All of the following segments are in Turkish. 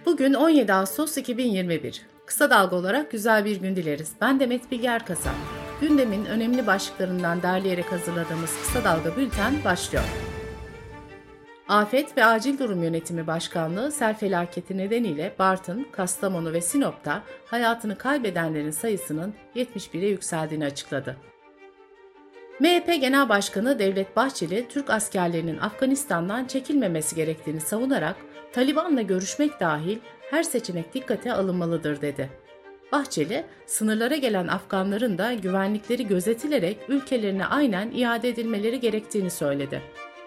Bugün 17 Ağustos 2021. Kısa Dalga olarak güzel bir gün dileriz. Ben Demet Bilge Erkasap. Gündemin önemli başlıklarından derleyerek hazırladığımız Kısa Dalga Bülten başlıyor. Afet ve Acil Durum Yönetimi Başkanlığı sel felaketi nedeniyle Bartın, Kastamonu ve Sinop'ta hayatını kaybedenlerin sayısının 71'e yükseldiğini açıkladı. MHP Genel Başkanı Devlet Bahçeli, Türk askerlerinin Afganistan'dan çekilmemesi gerektiğini savunarak Taliban'la görüşmek dahil her seçenek dikkate alınmalıdır dedi. Bahçeli, sınırlara gelen Afganların da güvenlikleri gözetilerek ülkelerine aynen iade edilmeleri gerektiğini söyledi.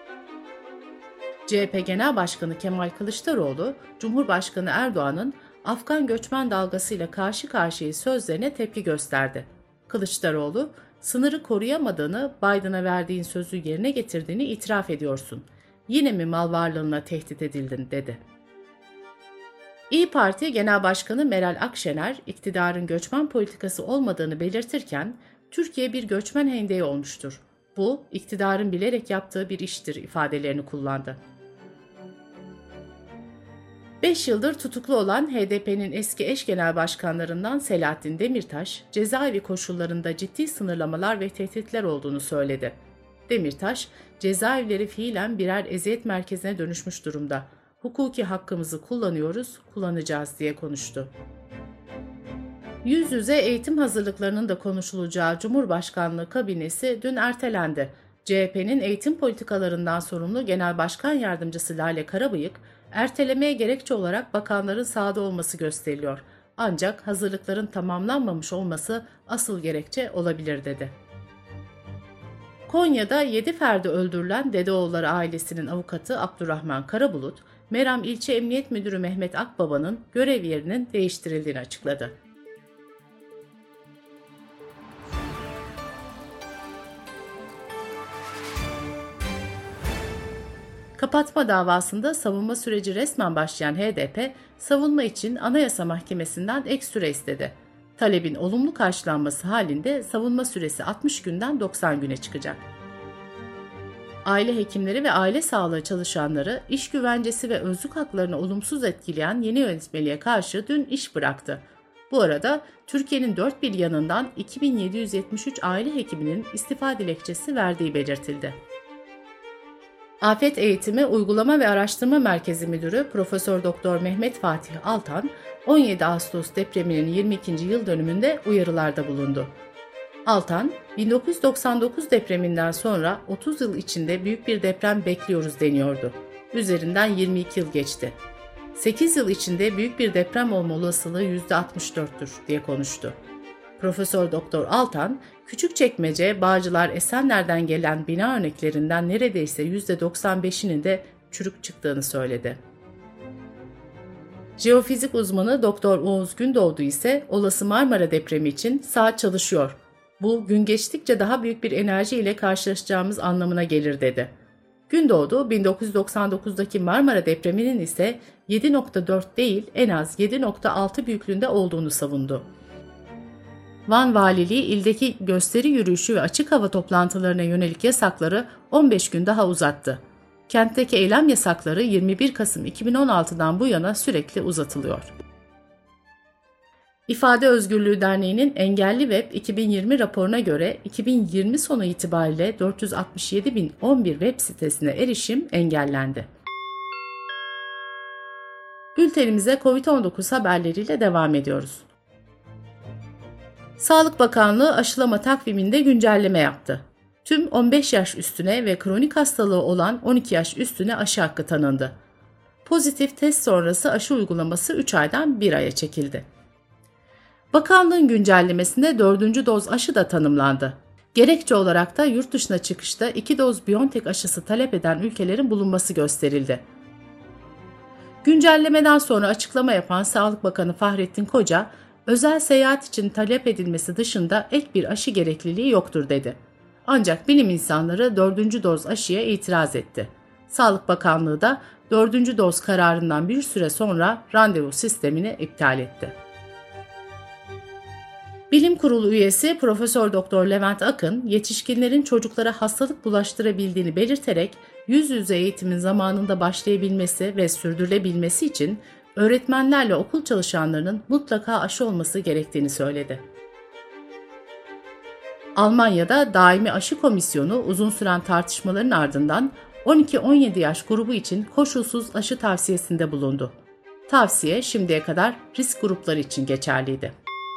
CHP Genel Başkanı Kemal Kılıçdaroğlu, Cumhurbaşkanı Erdoğan'ın Afgan göçmen dalgasıyla karşı karşıyayız sözlerine tepki gösterdi. Kılıçdaroğlu, sınırı koruyamadığını, Biden'a verdiğin sözü yerine getirdiğini itiraf ediyorsun. Yine mi mal varlığına tehdit edildin, dedi. İYİ Parti Genel Başkanı Meral Akşener, iktidarın göçmen politikası olmadığını belirtirken, Türkiye bir göçmen hendeği olmuştur. Bu, iktidarın bilerek yaptığı bir iştir ifadelerini kullandı. 5 yıldır tutuklu olan HDP'nin eski eş genel başkanlarından Selahattin Demirtaş, cezaevi koşullarında ciddi sınırlamalar ve tehditler olduğunu söyledi. Demirtaş, cezaevleri fiilen birer eziyet merkezine dönüşmüş durumda. Hukuki hakkımızı kullanıyoruz, kullanacağız diye konuştu. Yüz yüze eğitim hazırlıklarının da konuşulacağı Cumhurbaşkanlığı kabinesi dün ertelendi. CHP'nin eğitim politikalarından sorumlu Genel Başkan Yardımcısı Lale Karabıyık, ertelemeye gerekçe olarak bakanların sahada olması gösteriliyor. Ancak hazırlıkların tamamlanmamış olması asıl gerekçe olabilir, dedi. Konya'da 7 ferdi öldürülen Dedeoğulları ailesinin avukatı Abdurrahman Karabulut, Meram İlçe Emniyet Müdürü Mehmet Akbaba'nın görev yerinin değiştirildiğini açıkladı. Kapatma davasında savunma süreci resmen başlayan HDP, savunma için Anayasa Mahkemesi'nden ek süre istedi. Talebin olumlu karşılanması halinde savunma süresi 60 günden 90 güne çıkacak. Aile hekimleri ve aile sağlığı çalışanları iş güvencesi ve özlük haklarını olumsuz etkileyen yeni yönetmeliğe karşı dün iş bıraktı. Bu arada Türkiye'nin dört bir yanından 2773 aile hekiminin istifa dilekçesi verdiği belirtildi. Afet Eğitimi Uygulama ve Araştırma Merkezi Müdürü Profesör Doktor Mehmet Fatih Altan, 17 Ağustos depreminin 22. yıl dönümünde uyarılarda bulundu. Altan, 1999 depreminden sonra 30 yıl içinde büyük bir deprem bekliyoruz deniyordu. Üzerinden 22 yıl geçti. 8 yıl içinde büyük bir deprem olma olasılığı %64'tür diye konuştu. Profesör Doktor Altan, Küçükçekmece, Bağcılar, Esenler'den gelen bina örneklerinden neredeyse %95'inin de çürük çıktığını söyledi. Jeofizik uzmanı Doktor Oğuz Gündoğdu ise olası Marmara depremi için saat çalışıyor. Bu gün geçtikçe daha büyük bir enerji ile karşılaşacağımız anlamına gelir, dedi. Gündoğdu, 1999'daki Marmara depreminin ise 7.4 değil en az 7.6 büyüklüğünde olduğunu savundu. Van Valiliği ildeki gösteri yürüyüşü ve açık hava toplantılarına yönelik yasakları 15 gün daha uzattı. Kentteki eylem yasakları 21 Kasım 2016'dan bu yana sürekli uzatılıyor. İfade Özgürlüğü Derneği'nin Engelli Web 2020 raporuna göre 2020 sonu itibariyle 467.011 web sitesine erişim engellendi. Bültenimize COVID-19 haberleriyle devam ediyoruz. Sağlık Bakanlığı aşılama takviminde güncelleme yaptı. Tüm 15 yaş üstüne ve kronik hastalığı olan 12 yaş üstüne aşı hakkı tanındı. Pozitif test sonrası aşı uygulaması 3 aydan 1 aya çekildi. Bakanlığın güncellemesinde 4. doz aşı da tanımlandı. Gerekçe olarak da yurt dışına çıkışta 2 doz BioNTech aşısı talep eden ülkelerin bulunması gösterildi. Güncellemeden sonra açıklama yapan Sağlık Bakanı Fahrettin Koca, özel seyahat için talep edilmesi dışında ek bir aşı gerekliliği yoktur, dedi. Ancak bilim insanları 4. doz aşıya itiraz etti. Sağlık Bakanlığı da 4. doz kararından bir süre sonra randevu sistemini iptal etti. Bilim Kurulu üyesi Profesör Doktor Levent Akın, yetişkinlerin çocuklara hastalık bulaştırabildiğini belirterek yüz yüze eğitimin zamanında başlayabilmesi ve sürdürülebilmesi için öğretmenlerle okul çalışanlarının mutlaka aşı olması gerektiğini söyledi. Almanya'da Daimi Aşı Komisyonu uzun süren tartışmaların ardından 12-17 yaş grubu için koşulsuz aşı tavsiyesinde bulundu. Tavsiye şimdiye kadar risk grupları için geçerliydi.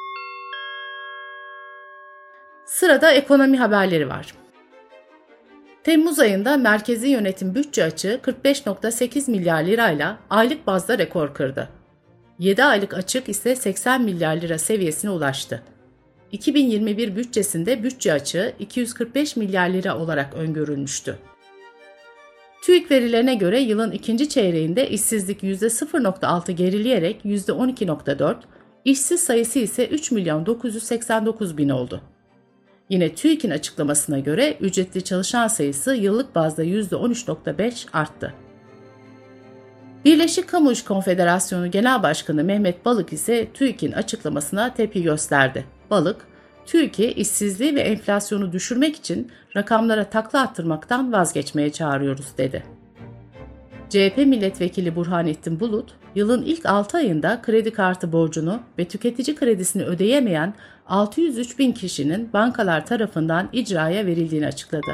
Sırada ekonomi haberleri var. Temmuz ayında merkezi yönetim bütçe açığı 45,8 milyar lirayla aylık bazda rekor kırdı. 7 aylık açık ise 80 milyar lira seviyesine ulaştı. 2021 bütçesinde bütçe açığı 245 milyar lira olarak öngörülmüştü. TÜİK verilerine göre yılın ikinci çeyreğinde işsizlik %0,6 gerileyerek %12,4, işsiz sayısı ise 3.989.000 oldu. Yine TÜİK'in açıklamasına göre ücretli çalışan sayısı yıllık bazda %13,5 arttı. Birleşik Kamu İş Konfederasyonu Genel Başkanı Mehmet Balık ise TÜİK'in açıklamasına tepki gösterdi. Balık, TÜİK'i işsizliği ve enflasyonu düşürmek için rakamlara takla attırmaktan vazgeçmeye çağırıyoruz dedi. CHP milletvekili Burhanettin Bulut, yılın ilk 6 ayında kredi kartı borcunu ve tüketici kredisini ödeyemeyen 603 bin kişinin bankalar tarafından icraya verildiğini açıkladı.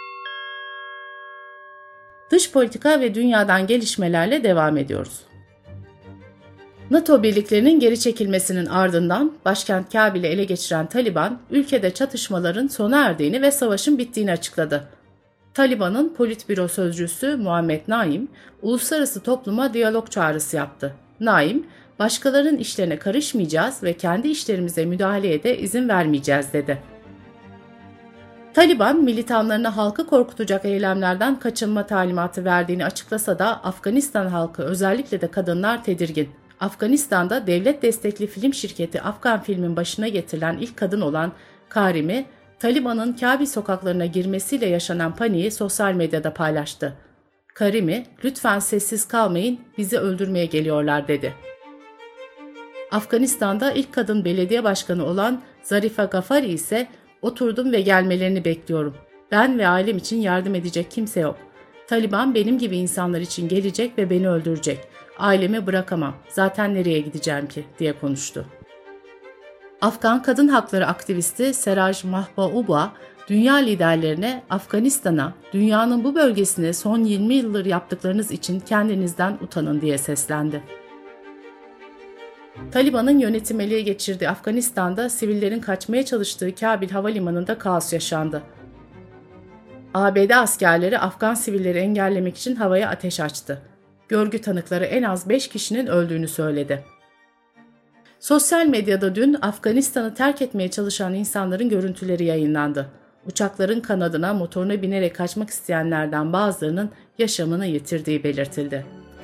Dış politika ve dünyadan gelişmelerle devam ediyoruz. NATO birliklerinin geri çekilmesinin ardından başkent Kabil'i ele geçiren Taliban, ülkede çatışmaların sona erdiğini ve savaşın bittiğini açıkladı. Taliban'ın Politbüro sözcüsü Muhammed Naim, uluslararası topluma diyalog çağrısı yaptı. Naim, başkalarının işlerine karışmayacağız ve kendi işlerimize müdahaleye de izin vermeyeceğiz dedi. Taliban, militanlarına halkı korkutacak eylemlerden kaçınma talimatı verdiğini açıklasa da Afganistan halkı, özellikle de kadınlar tedirgin. Afganistan'da devlet destekli film şirketi Afgan Film'in başına getirilen ilk kadın olan Karimi, Taliban'ın Kabil sokaklarına girmesiyle yaşanan paniği sosyal medyada paylaştı. Karimi, "Lütfen sessiz kalmayın, bizi öldürmeye geliyorlar." dedi. Afganistan'da ilk kadın belediye başkanı olan Zarife Gafari ise "Oturdum ve gelmelerini bekliyorum. Ben ve ailem için yardım edecek kimse yok. Taliban benim gibi insanlar için gelecek ve beni öldürecek. Ailemi bırakamam. Zaten nereye gideceğim ki?" diye konuştu. Afgan kadın hakları aktivisti Seraj Mahbouba, dünya liderlerine Afganistan'a, dünyanın bu bölgesine son 20 yıldır yaptıklarınız için kendinizden utanın diye seslendi. Taliban'ın yönetim ele geçirdiği Afganistan'da sivillerin kaçmaya çalıştığı Kabil Havalimanı'nda kaos yaşandı. ABD askerleri Afgan sivilleri engellemek için havaya ateş açtı. Görgü tanıkları en az 5 kişinin öldüğünü söyledi. Sosyal medyada dün Afganistan'ı terk etmeye çalışan insanların görüntüleri yayınlandı. Uçakların kanadına motoruna binerek kaçmak isteyenlerden bazılarının yaşamını yitirdiği belirtildi.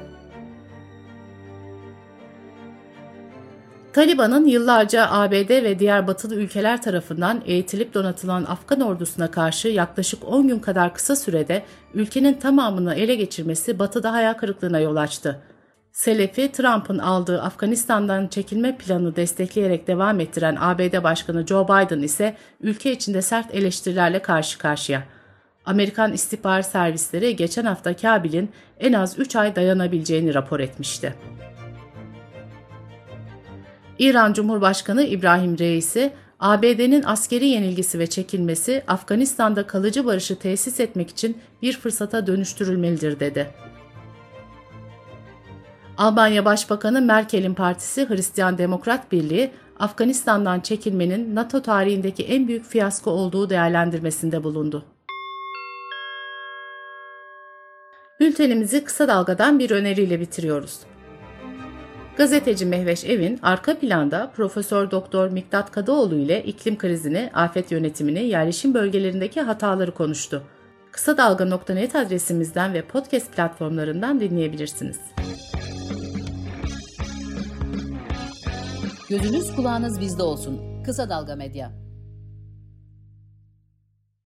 Taliban'ın yıllarca ABD ve diğer batılı ülkeler tarafından eğitilip donatılan Afgan ordusuna karşı yaklaşık 10 gün kadar kısa sürede ülkenin tamamını ele geçirmesi Batı'da hayal kırıklığına yol açtı. Selefi, Trump'ın aldığı Afganistan'dan çekilme planını destekleyerek devam ettiren ABD Başkanı Joe Biden ise ülke içinde sert eleştirilerle karşı karşıya. Amerikan istihbarat servisleri geçen hafta Kabil'in en az 3 ay dayanabileceğini rapor etmişti. İran Cumhurbaşkanı İbrahim Reisi, ABD'nin askeri yenilgisi ve çekilmesi Afganistan'da kalıcı barışı tesis etmek için bir fırsata dönüştürülmelidir dedi. Almanya Başbakanı Merkel'in partisi Hristiyan Demokrat Birliği, Afganistan'dan çekilmenin NATO tarihindeki en büyük fiyasko olduğu değerlendirmesinde bulundu. Bültenimizi kısa dalgadan bir öneriyle bitiriyoruz. Gazeteci Mehveş Evin arka planda Profesör Doktor Miktat Kadıoğlu ile iklim krizini, afet yönetimini, yerleşim bölgelerindeki hataları konuştu. Kısadalga.net adresimizden ve podcast platformlarından dinleyebilirsiniz. Gözünüz kulağınız bizde olsun. Kısa Dalga Medya.